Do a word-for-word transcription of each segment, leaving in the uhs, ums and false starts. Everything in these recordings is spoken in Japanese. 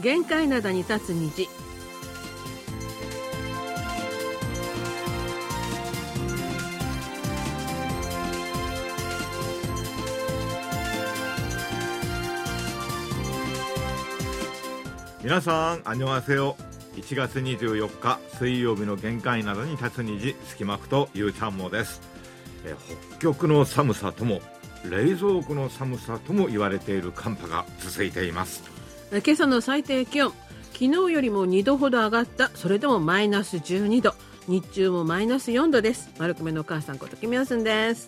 限界灘に立つ虹。 皆さん、アニョハセヨ。いちがつにじゅうよっか水曜日の限界などに立つ虹、スキマクとゆうちゃんもです。え北極の寒さとも冷蔵庫の寒さとも言われている寒波が続いています。 今朝の最低気温、昨日よりもにどほど上がった。それでもマイナスじゅうにど、日中もマイナスよんどです。丸亀のお母さんことキミヨスンです。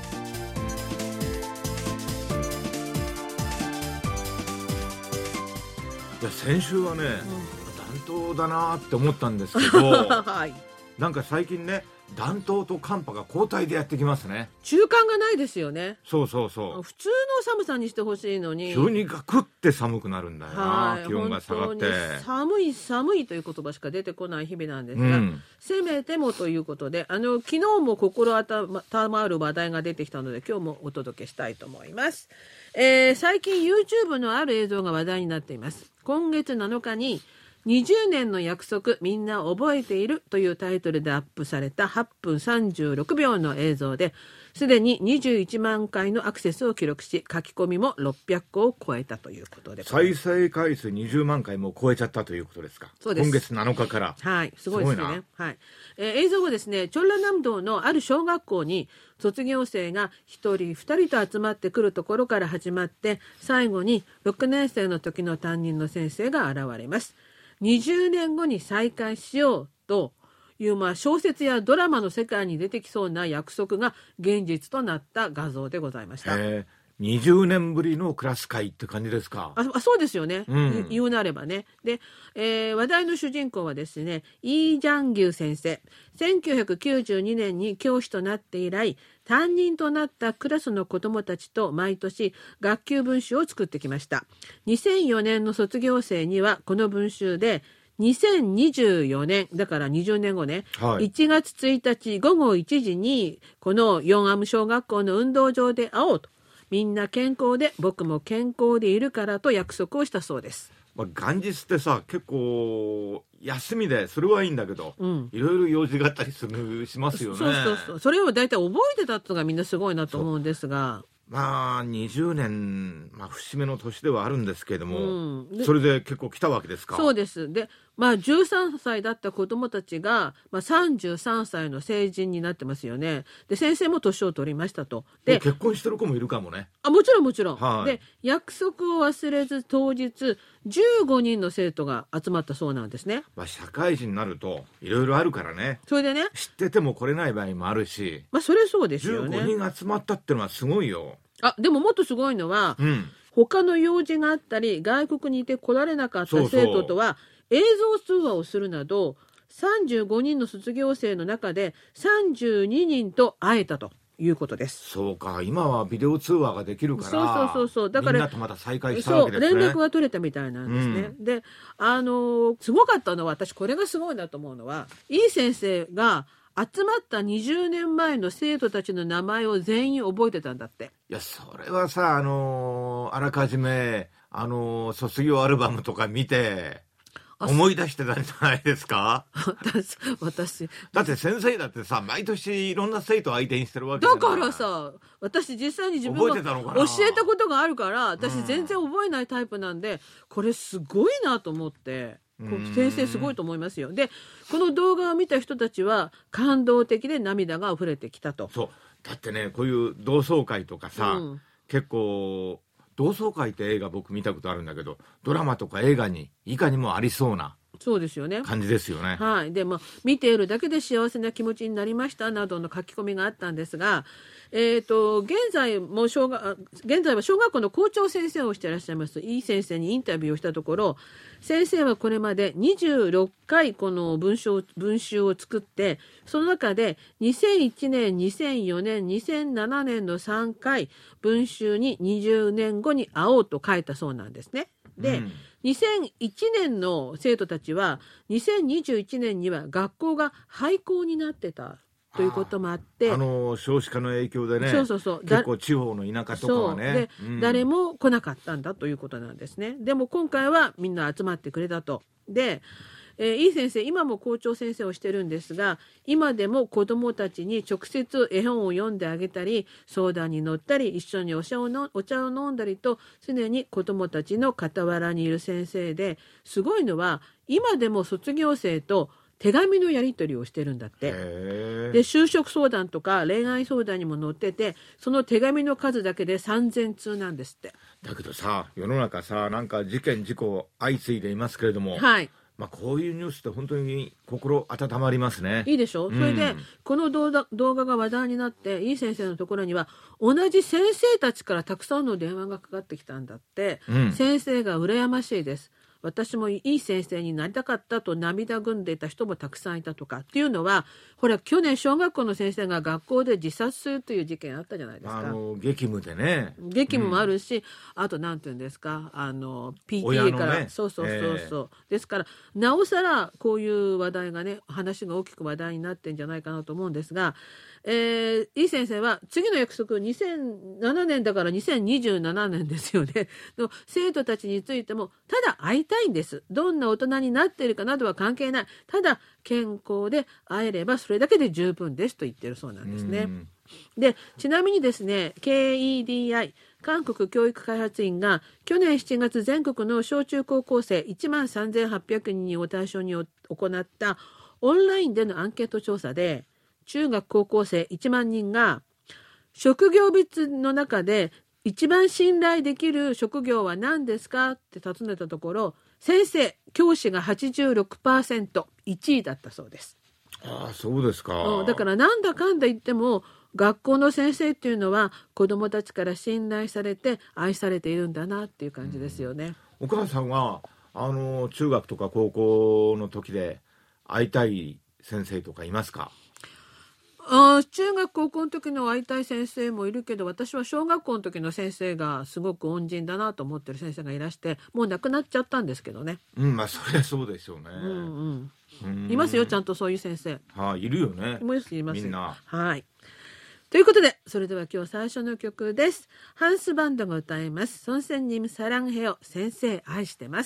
いや先週はね、うん、暖冬だなって思ったんですけど、はい、なんか最近ね、暖冬と寒波が交代でやってきますね。 中間がないですよね。 そうそうそう。 普通の寒さにしてほしいのに急にガクって寒くなるんだよな、はい、気温が下がって。 寒い寒いという言葉しか出てこない日々なんですが、うん、せめてもということで、あの昨日も心温まる話題が出てきたので、今日もお届けしたいと思います。えー、最近 YouTube のある映像が話題になっています。今月なのかににじゅうねんの約束みんな覚えているというタイトルでアップされたはっぷんさんじゅうろくびょうの映像で、すでににじゅういちまんかいのアクセスを記録し、書き込みもろっぴゃっこを超えたということで、 再生回数にじゅうまんかいも超えちゃったということですか。 そうです。 今月なのかから。 はい、すごいですよね。はい、えー、映像はですね、チョンラナム道のある小学校に卒業生がひとりふたりと集まってくるところから始まって、最後にろくねんせいの時の担任の先生が現れます。にじゅうねんごに再会しようという、まあ、小説やドラマの世界に出てきそうな約束が現実となった画像でございました。 へー、にじゅうねんぶりのクラス会って感じですか。 ああ、そうですよね、うん、言うなればね。で、えー、話題の主人公はですね、イー・ジャンギュ先生。せんきゅうひゃくきゅうじゅうにねんに教師となって以来、担任となったクラスの子どもたちと毎年学級文集を作ってきました。にせんよねんの卒業生にはこの文集で、にせんにじゅうよねんだからにじゅうねんごね、はい、いちがつついたちごごいちじにこのヨンアム小学校の運動場で会おうと、みんな健康で僕も健康でいるからと約束をしたそうです。 まあ、元日ってさ、結構休みでそれはいいんだけど、うん、いろいろ用事があったりするしますよね。 そうそうそう、それを大体覚えてたのがみんなすごいなと思うんですが、 まあにじゅうねん、まあ、節目の年ではあるんですけれども、うん、それで結構来たわけですか。 そうです。で、まあ、じゅうさんさいだった子どもたちが、まあ、さんじゅうさんさいの成人になってますよね。で、先生も年を取りましたと。で、 結婚してる子もいるかもね。 あ、もちろんもちろん、 はい、 で約束を忘れず当日じゅうごにんの生徒が集まったそうなんですね。 まあ、社会人になるといろいろあるからね。 それでね、 知ってても来れない場合もあるし、 まあ、それそうですよね。 じゅうごにん集まったってのはすごいよ。 あ、でももっとすごいのは、うん、他の用事があったり外国にいて来られなかった生徒とは映像通話をするなど、さんじゅうごにんの卒業生の中でさんじゅうににんと会えたということです。 そうか、今はビデオ通話ができるから、 そうそうそうそう、だからみんなとまた再会したわけですね。 そう、連絡が取れたみたいなんですね、うん、で、あのすごかったのは、私これがすごいなと思うのは、いい先生が集まったにじゅうねんまえの生徒たちの名前を全員覚えてたんだって。 いや、それはさ、あのー、あらかじめ、あのー、卒業アルバムとか見て思い出してたんじゃないですか。 私, 私だって先生だってさ、毎年いろんな生徒相手にしてるわけだからさ、私実際に自分が教えたことがあるから、私全然覚えないタイプなんで、うん、これすごいなと思って、先生すごいと思いますよ。で、この動画を見た人たちは感動的で涙が溢れてきたと。 そうだってね、こういう同窓会とかさ、うん、結構同窓会って映画僕見たことあるんだけど、ドラマとか映画にいかにもありそうなそうですよね、 感じですよね。 はい。で、まあ、見ているだけで幸せな気持ちになりましたなどの書き込みがあったんですが、えーと、現在も小学現在は小学校の校長先生をしていらっしゃいますいい先生にインタビューをしたところ、先生はこれまでにじゅうろっかいこの文章文集を作って、その中でにせんいちねん、にせんよねん、にせんななねんのさんかい文集ににじゅうねんごに会おうと書いたそうなんですね。で、うん、にせんいちねんの生徒たちはにせんにじゅういちねんには学校が廃校になってたということもあって、 あの少子化の影響でね、 そうそうそう、 結構地方の田舎とかはね、 で、 うん、 誰も来なかったんだということなんですね。でも今回はみんな集まってくれたと。で、えー、いい先生、今も校長先生をしてるんですが、今でも子どもたちに直接絵本を読んであげたり、相談に乗ったり、一緒にお茶をのお茶を飲んだりと、常に子どもたちの傍らにいる先生で、すごいのは今でも卒業生と手紙のやり取りをしてるんだって。で、就職相談とか恋愛相談にも載ってて、その手紙の数だけでさんぜんつうなんですって。 だけどさ、世の中さ、なんか事件事故相次いでいますけれども、 はい、 まあ、こういうニュースって本当に心温まりますね。 いいでしょ、うん、それでこの動画、動画が話題になって、いい先生のところには同じ先生たちからたくさんの電話がかかってきたんだって、うん、先生が羨ましいです、私もいい先生になりたかったと涙ぐんでいた人もたくさんいたとかっていうのは、ほら去年小学校の先生が学校で自殺するという事件あったじゃないですか。 あの激務でね、 激務もあるし、うん、あとなんていうんですか、あの ピーティーエー から、ね、そうそうそうそう、えー、ですからなおさらこういう話題がね、話が大きく話題になってんじゃないかなと思うんですが、えー、いい先生は次の約束、にせんななねんだからにせんにじゅうななねんですよねの生徒たちについても、ただ会いたいんです。どんな大人になっているかなどは関係ない。ただ健康で会えればそれだけで十分ですと言ってるそうなんですね。で、ちなみにですね、ケーイーディーアイ 韓国教育開発院が去年しちがつ全国の小中高校生いちまんさんぜんはっぴゃくにんを対象に行ったオンラインでのアンケート調査で、中学高校生いちまんにんが職業別の中で一番信頼できる職業は何ですかって尋ねたところ、先生、教師が はちじゅうろくパーセント、いちいだったそうです。 ああ、そうですか。 だからなんだかんだ言っても学校の先生っていうのは子どもたちから信頼されて愛されているんだなっていう感じですよね。 うん、お母さんはあの中学とか高校の時で会いたい先生とかいますか？ あ、中学高校の時の会いたい先生もいるけど、私は小学校の時の先生がすごく恩人だなと思ってる先生がいらして、もう亡くなっちゃったんですけどね。 うん、まあそりゃそうでしょうね。 うん、うん、いますよ、ちゃんとそういう先生。 はあ、いるよね。 いますいます、 みんな。 はい。ということで、それでは今日最初の曲です。ハンスバンドが歌います。ソンセンニムサランヘヨ、先生愛してます。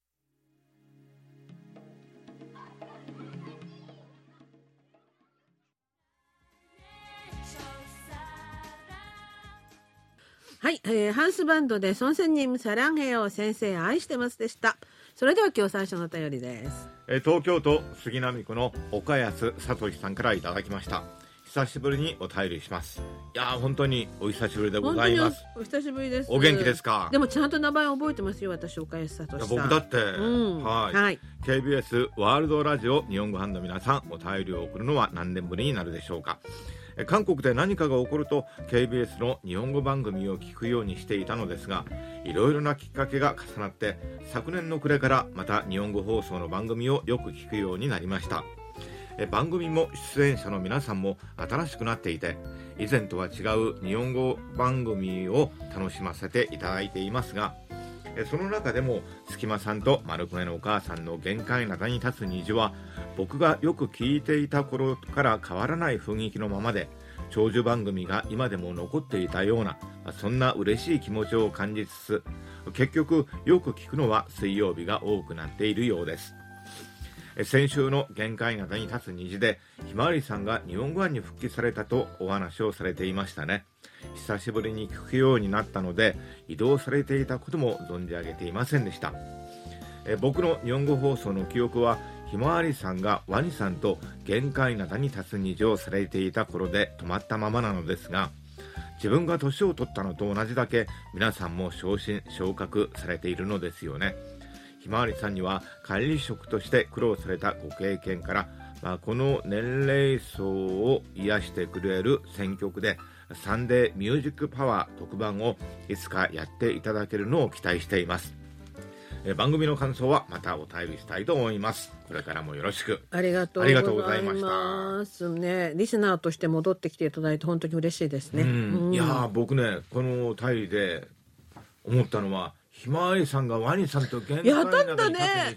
はい、えー、ハンスバンドでソンセンニムサランヘヨ、先生愛してますでした。それでは今日最初の便りです。 えー、東京都杉並区の岡安聡さんからいただきました。久しぶりにお便りします。いやー、本当にお久しぶりでございます。 お久しぶりです。 お元気ですか？ でもちゃんと名前覚えてますよ、私、岡安聡さん。 僕だって、うん、はい、 はい、 ケービーエス ワールドラジオ日本語班の皆さん、お便りを送るのは何年ぶりになるでしょうか。韓国で何かが起こると ケービーエス の日本語番組を聞くようにしていたのですが、いろいろなきっかけが重なって昨年の暮れからまた日本語放送の番組をよく聞くようになりました。番組も出演者の皆さんも新しくなっていて、以前とは違う日本語番組を楽しませていただいていますが、その中でも隙間さんと丸くねのお母さんの限界灘に立つ虹は、僕がよく聞いていた頃から変わらない雰囲気のままで、長寿番組が今でも残っていたような、そんな嬉しい気持ちを感じつつ、結局よく聞くのは水曜日が多くなっているようです。先週の限界灘に立つ虹で、ひまわりさんが日本語版に復帰されたとお話をされていましたね。久しぶりに聞くようになったので、移動されていたことも存じ上げていませんでした。え僕の日本語放送の記憶は、ひまわりさんがワニさんと限界灘に立つ虹をされていた頃で止まったままなのですが、自分が年を取ったのと同じだけ皆さんも昇進昇格されているのですよね。ひまわりさんには管理職として苦労されたご経験から、まあ、この年齢層を癒してくれる選曲でサンデーミュージックパワー特番をいつかやっていただけるのを期待しています。え番組の感想はまたお便りしたいと思います。これからもよろしく。 ありがとうございますね。リスナーとして戻ってきていただいて本当に嬉しいですね。うん、 いや僕ね、このお便りで思ったのは、ひまわりさんがワニさんと限界灘に立つ虹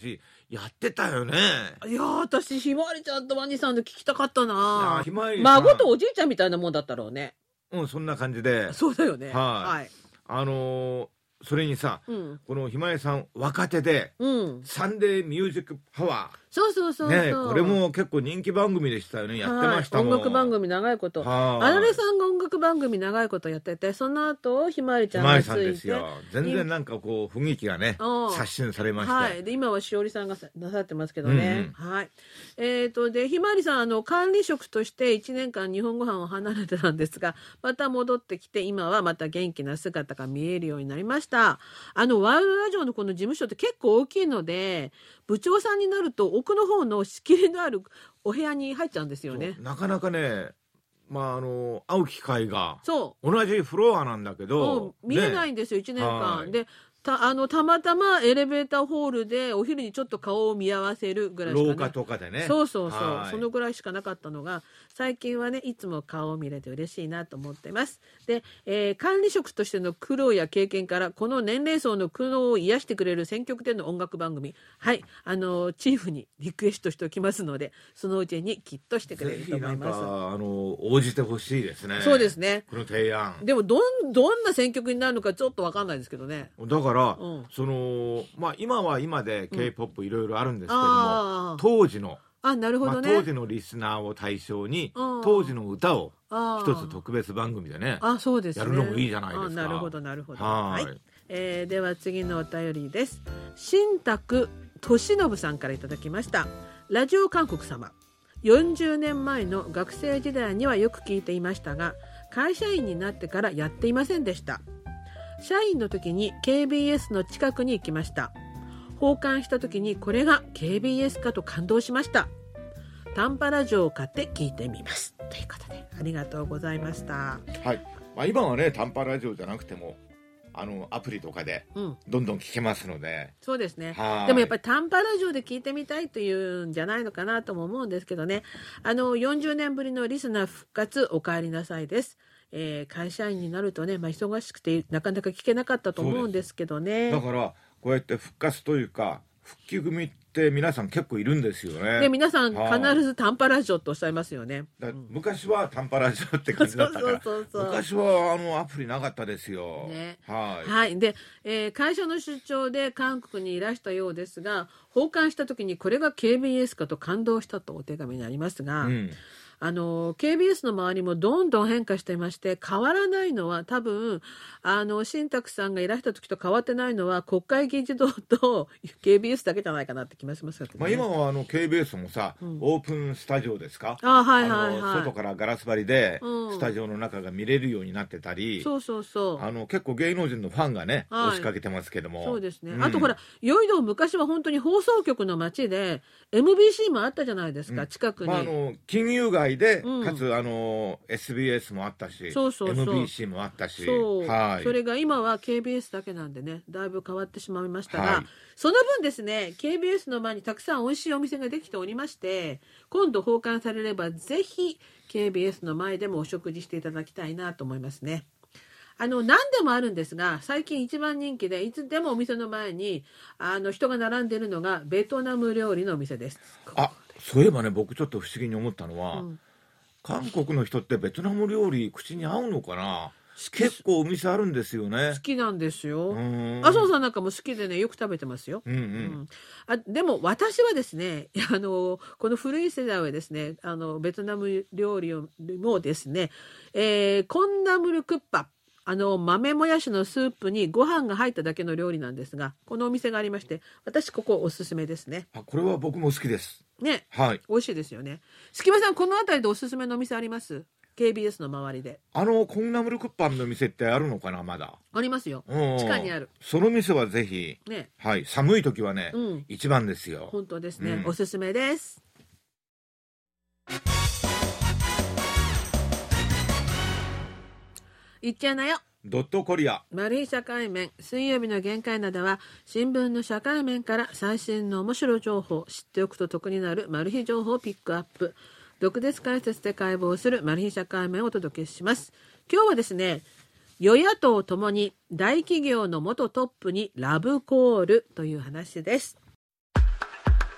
やってたよね。 いや私ひまわりちゃんとワニさんの聞きたかったな。 ひまわり孫とおじいちゃんみたいなもんだったろうね。 うん、そんな感じで。 そうだよね。 はい、 はい、 あのー、それにさ、 うん、 このひまわりさん若手で、うん、サンデーミュージックパワー、 そうそうそうそう、 ね、これも結構人気番組でしたよね。やってましたもん、 はい、音楽番組長いこと、あられさんが音楽番組長いことやってて、その後ひまわりちゃんがついて、ひまわりさんですよ。 全然なんかこう雰囲気がね刷新されました。 はい、で今はしおりさんがなさってますけどね、うんうん、はい、えーとでひまわりさんあの管理職としていちねんかん日本ご飯を離れてたんですが、また戻ってきて今はまた元気な姿が見えるようになりました。あのワールドラジオのこの事務所って結構大きいので、部長さんになると奥の方の仕切りのあるお部屋に入っちゃうんですよね。 なかなかね、まあ、あの会う機会がそう同じフロアなんだけど見えないんですよ、ね、いちねんかんで。た, あのたまたまエレベーターホールでお昼にちょっと顔を見合わせるぐらいしか、ね、 廊下とかでね。 そうそうそう、そのぐらいしかなかったのが、最近はねいつも顔を見れて嬉しいなと思ってます。で、えー、管理職としての苦労や経験からこの年齢層の苦悩を癒してくれる選曲での音楽番組、はいあのチーフにリクエストしておきますので、そのうちにきっとしてくれると思います。 ぜひなんかあの応じてほしいですね。 そうですね、 この提案。 でもどんどんな選曲になるのかちょっと分かんないですけどね。 だから、うん、そのまあ、今は今で K-ポップ いろいろあるんですけども、うん、当時のあ、なるほどね、 まあ、当時のリスナーを対象に当時の歌を一つ特別番組でね、 あ、そうですね、 やるのもいいじゃないですか。 あ、なるほどなるほど。 はい、 はい、えー、では次のお便りです。新宅俊信さんからいただきました。ラジオ韓国様、よんじゅうねんまえの学生時代にはよく聞いていましたが、会社員になってからやっていませんでした。社員の時に ケービーエス の近くに行きました。奉還した時にこれが ケービーエス かと感動しました。短波ラジオを買って聞いてみます、ということでありがとうございました。 はい、まあ、今はね短波ラジオじゃなくてもあのアプリとかでどんどん聞けますので、 うん、そうですね。でもやっぱり短波ラジオで聞いてみたいというんじゃないのかなとも思うんですけどね。あのよんじゅうねんぶりのリスナー復活お帰りなさいです。えー、会社員になるとね、まあ、忙しくてなかなか聞けなかったと思うんですけどね。 だからこうやって復活というか復帰組って皆さん結構いるんですよね。 で皆さん必ず短波ラジオとおっしゃいますよね。 だ昔は短波ラジオって感じだったからそうそうそうそう、昔はあのアプリなかったですよ、ね、はい、 はい、で、えー、会社の出張で韓国にいらしたようですが、訪韓した時にこれが ケービーエス かと感動したとお手紙にありますが、うん、あの ケービーエス の周りもどんどん変化していまして、変わらないのは多分あの新宅さんがいらした時と変わってないのは国会議事堂と ケービーエス だけじゃないかなって気がしますけどね。 まあ、今はあの ケービーエス もさ、うん、オープンスタジオですか、 あ、はいはいはい、 あの外からガラス張りでスタジオの中が見れるようになってたり、うん、そうそうそう、あの結構芸能人のファンがね、はい、押しかけてますけども。 そうですね、うん、あとほらヨイド昔は本当に放送局の街で エムビーシー もあったじゃないですか、うん、近くに、まあ、あの金融街で、うん、かつあの エスビーエス もあったし、そうそうそう エムビーシー もあったし、 そう、はい、それが今は ケービーエス だけなんでね、だいぶ変わってしまいましたが、はい、その分ですね ケービーエス の前にたくさん美味しいお店ができておりまして、今度訪韓されればぜひ ケービーエス の前でもお食事していただきたいなと思いますね。あの何でもあるんですが、最近一番人気でいつでもお店の前にあの人が並んでいるのがベトナム料理のお店です。 あ、そういえばね、僕ちょっと不思議に思ったのは、うん、韓国の人ってベトナム料理口に合うのかな。結構お店あるんですよね。 好きなんですよ。麻生さんなんかも好きでね、よく食べてますよ。うんうんうん、あでも私はですね、あのこの古い世代はですね、あのベトナム料理もですね、えー、コンナムルクッパ、あの豆もやしのスープにご飯が入っただけの料理なんですが、このお店がありまして、私ここおすすめですね。 あ、これは僕も好きですね、 はい、 美味しいですよね。隙間さん、この辺りでおすすめのお店あります？ ケービーエス の周りで。 あのコンナムルクッパンの店ってあるのかな。まだありますよ、地下にある。 その店はぜひ、ね、はい、寒い時はね、うん、一番ですよ。 本当ですね、うん、おすすめです。いっちゃうなよドットコリアマル秘社会面、水曜日の限界などは新聞の社会面から最新の面白い情報、知っておくと得になるマル秘情報をピックアップ、毒舌解説で解剖するマル秘社会面をお届けします。今日はですね、与野党ともに大企業の元トップにラブコールという話です。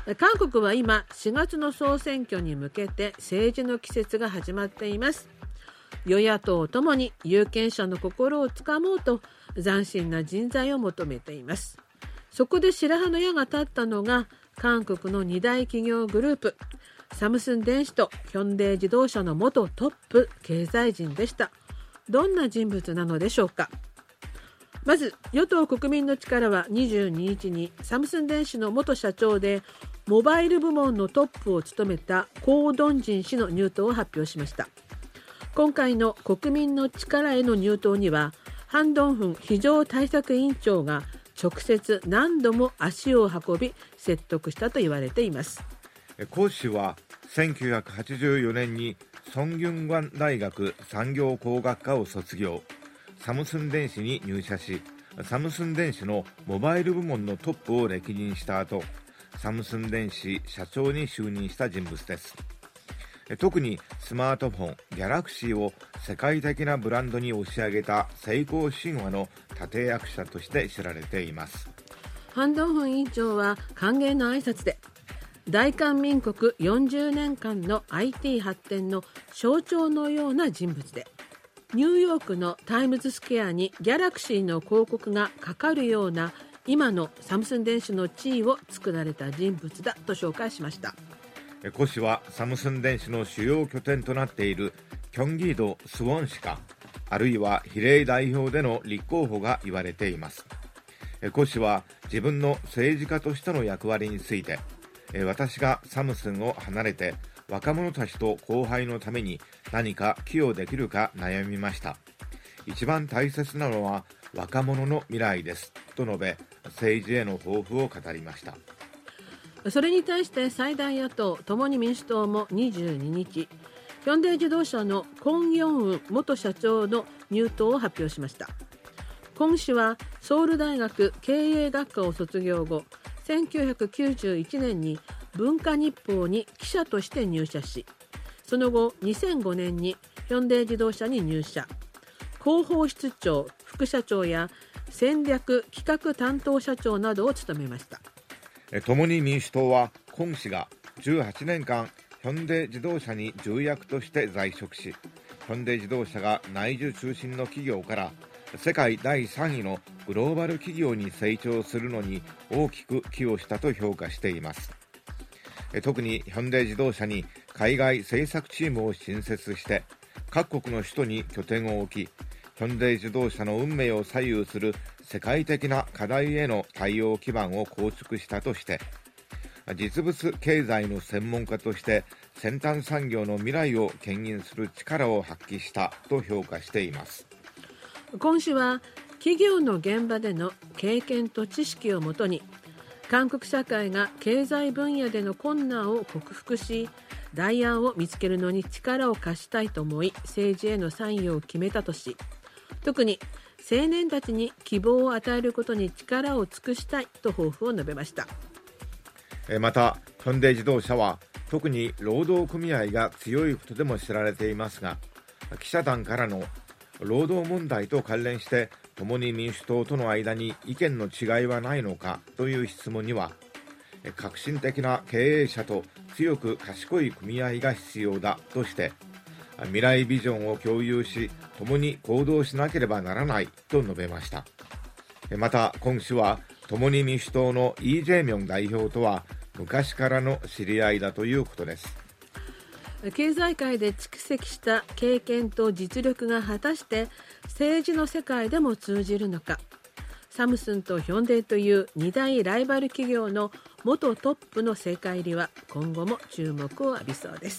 韓国は今しがつの総選挙に向けて政治の季節が始まっています。与野党ともに有権者の心をつかもうと斬新な人材を求めています。そこで白羽の矢が立ったのが韓国のに大企業グループサムスン電子とヒョンデイ自動車の元トップ経済人でした。どんな人物なのでしょうか。まず与党国民の力はにじゅうににちにサムスン電子の元社長でモバイル部門のトップを務めたコウ・ドンジン氏の入党を発表しました。今回の国民の力への入党にはハン・ドンフン非常対策委員長が直接何度も足を運び説得したと言われています。 コウ氏はせんきゅうひゃくはちじゅうよねんにソンギュンガン大学産業工学科を卒業、サムスン電子に入社し、サムスン電子のモバイル部門のトップを歴任した後、サムスン電子社長に就任した人物です。特にスマートフォンギャラクシーを世界的なブランドに押し上げた成功神話の立役者として知られています。 ハン・ドンフン委員長は歓迎の挨拶で、大韓民国よんじゅうねんかんの アイティー 発展の象徴のような人物で、ニューヨークのタイムズスクエアにギャラクシーの広告がかかるような今のサムスン電子の地位を作られた人物だと紹介しました。 コ氏はサムスン電子の主要拠点となっているキョンギ道スウォン市か、あるいは比例代表での立候補が言われています。コ氏は自分の政治家としての役割について、私がサムスンを離れて若者たちと後輩のために何か寄与できるか悩みました。一番大切なのは若者の未来ですと述べ、政治への抱負を語りました。 それに対して最大野党共に民主党もにじゅうににち、ヒョンデイ自動車のコン・ヨンウン元社長の入党を発表しました。コン氏はソウル大学経営学科を卒業後、せんきゅうひゃくきゅうじゅういちねんに文化日報に記者として入社し、その後にせんごねんにヒョンデイ自動車に入社、広報室長、副社長や戦略企画担当社長などを務めました。 共に民主党はコン氏がじゅうはちねんかんヒョンデイ自動車に重役として在職し、ヒョンデイ自動車が内需中心の企業から世界だいさんいのグローバル企業に成長するのに大きく寄与したと評価しています。特にヒョンデイ自動車に海外製作チームを新設して各国の首都に拠点を置き、ヒョンデイ自動車の運命を左右する世界的な課題への対応基盤を構築したとして、実物経済の専門家として先端産業の未来を牽引する力を発揮したと評価しています。 今氏は企業の現場での経験と知識をもとに、韓国社会が経済分野での困難を克服し代案を見つけるのに力を貸したいと思い、政治への参与を決めたとし、特に青年たちに希望を与えることに力を尽くしたいと抱負を述べました。 またヒョンデイ自動車は特に労働組合が強いことでも知られていますが、記者団からの労働問題と関連して共に民主党との間に意見の違いはないのかという質問には、革新的な経営者と強く賢い組合が必要だとして、未来ビジョンを共有し共に行動しなければならないと述べました。またコン氏は共に民主党のイ・ジェミョン代表とは昔からの知り合いだということです。 経済界で蓄積した経験と実力が果たして政治の世界でも通じるのか、サムスンとヒョンデイというに大ライバル企業の元トップの政界入りは今後も注目を浴びそうです。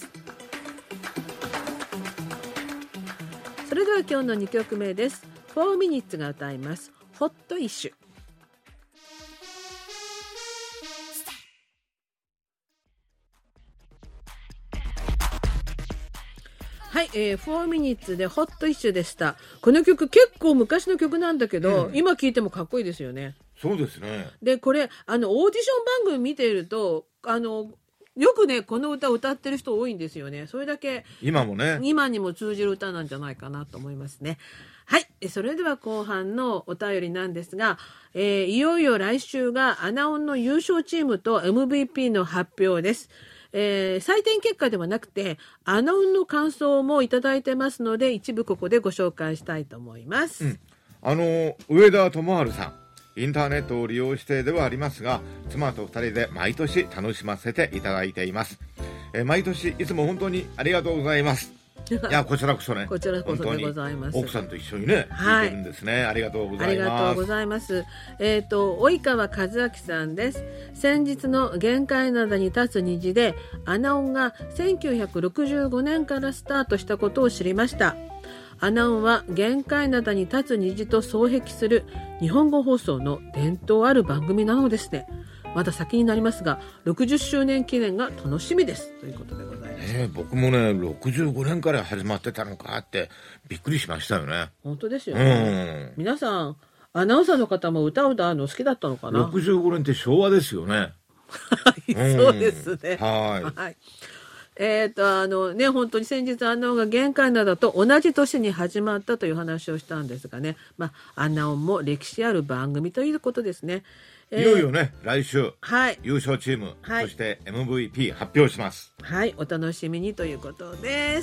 それでは今日のにきょくめです。フォーミニッツが歌いますホットイッシュ。はい、えー、フォーミニッツでホットイッシュでした。この曲結構昔の曲なんだけど、うん、今聴いてもかっこいいですよね。 そうですね。 でこれあのオーディション番組見ているとあのよくねこの歌を歌ってる人多いんですよね。それだけ今もね今にも通じる歌なんじゃないかなと思いますね。 はい。それでは後半のお便りなんですが、えー、いよいよ来週がアナオンの優勝チームと エムブイピー の発表です。えー、採点結果ではなくて、アナウンの感想もいただいてますので、一部ここでご紹介したいと思います。 うん、あの、上田智治さん。インターネットを利用してではありますが、妻とふたりで毎年楽しませていただいています。えー、毎年いつも本当にありがとうございます。いや、こちらこそね。 こちらこそでございます。 奥さんと一緒にね、はい、聞いてるんですね。ありがとうございます。 ありがとうございます。えっと、及川和明さんです。先日の限界灘に立つ虹で、アナオンがせんきゅうひゃくろくじゅうごねんからスタートしたことを知りました。アナオンは限界灘に立つ虹と双璧する日本語放送の伝統ある番組なのですね。まだ先になりますが、ろくじゅっしゅうねん記念が楽しみです。ということでございます。 えー、僕もね、ろくじゅうごねんから始まってたのかってびっくりしましたよね。 本当ですよね。うん、皆さん、アナウンサーの方も歌を歌うの好きだったのかな。 ろくじゅうごねんって昭和ですよね。 はい、そうですね。 はい。 はいえっと、あのね、本当に先日アナオンが限界灘と同じ年に始まったという話をしたんですがね、まあ、アナオンも歴史ある番組ということですね。 えー、いよいよね、来週、 はい、 優勝チーム、 はい、 そして エムブイピー 発表します。 はい、お楽しみにということです。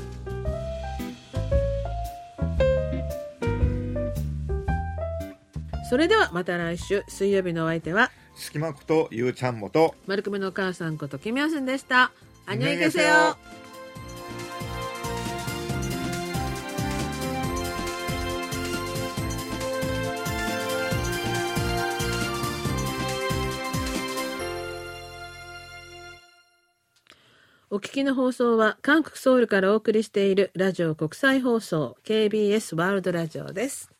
それではまた来週、水曜日のお相手はすきまことゆうちゃんもと丸組のお母さんことキミヤスンでした。あにょいけせよ。お聞きの放送は韓国ソウルからお送りしているラジオ国際放送 ケービーエス ワールドラジオです。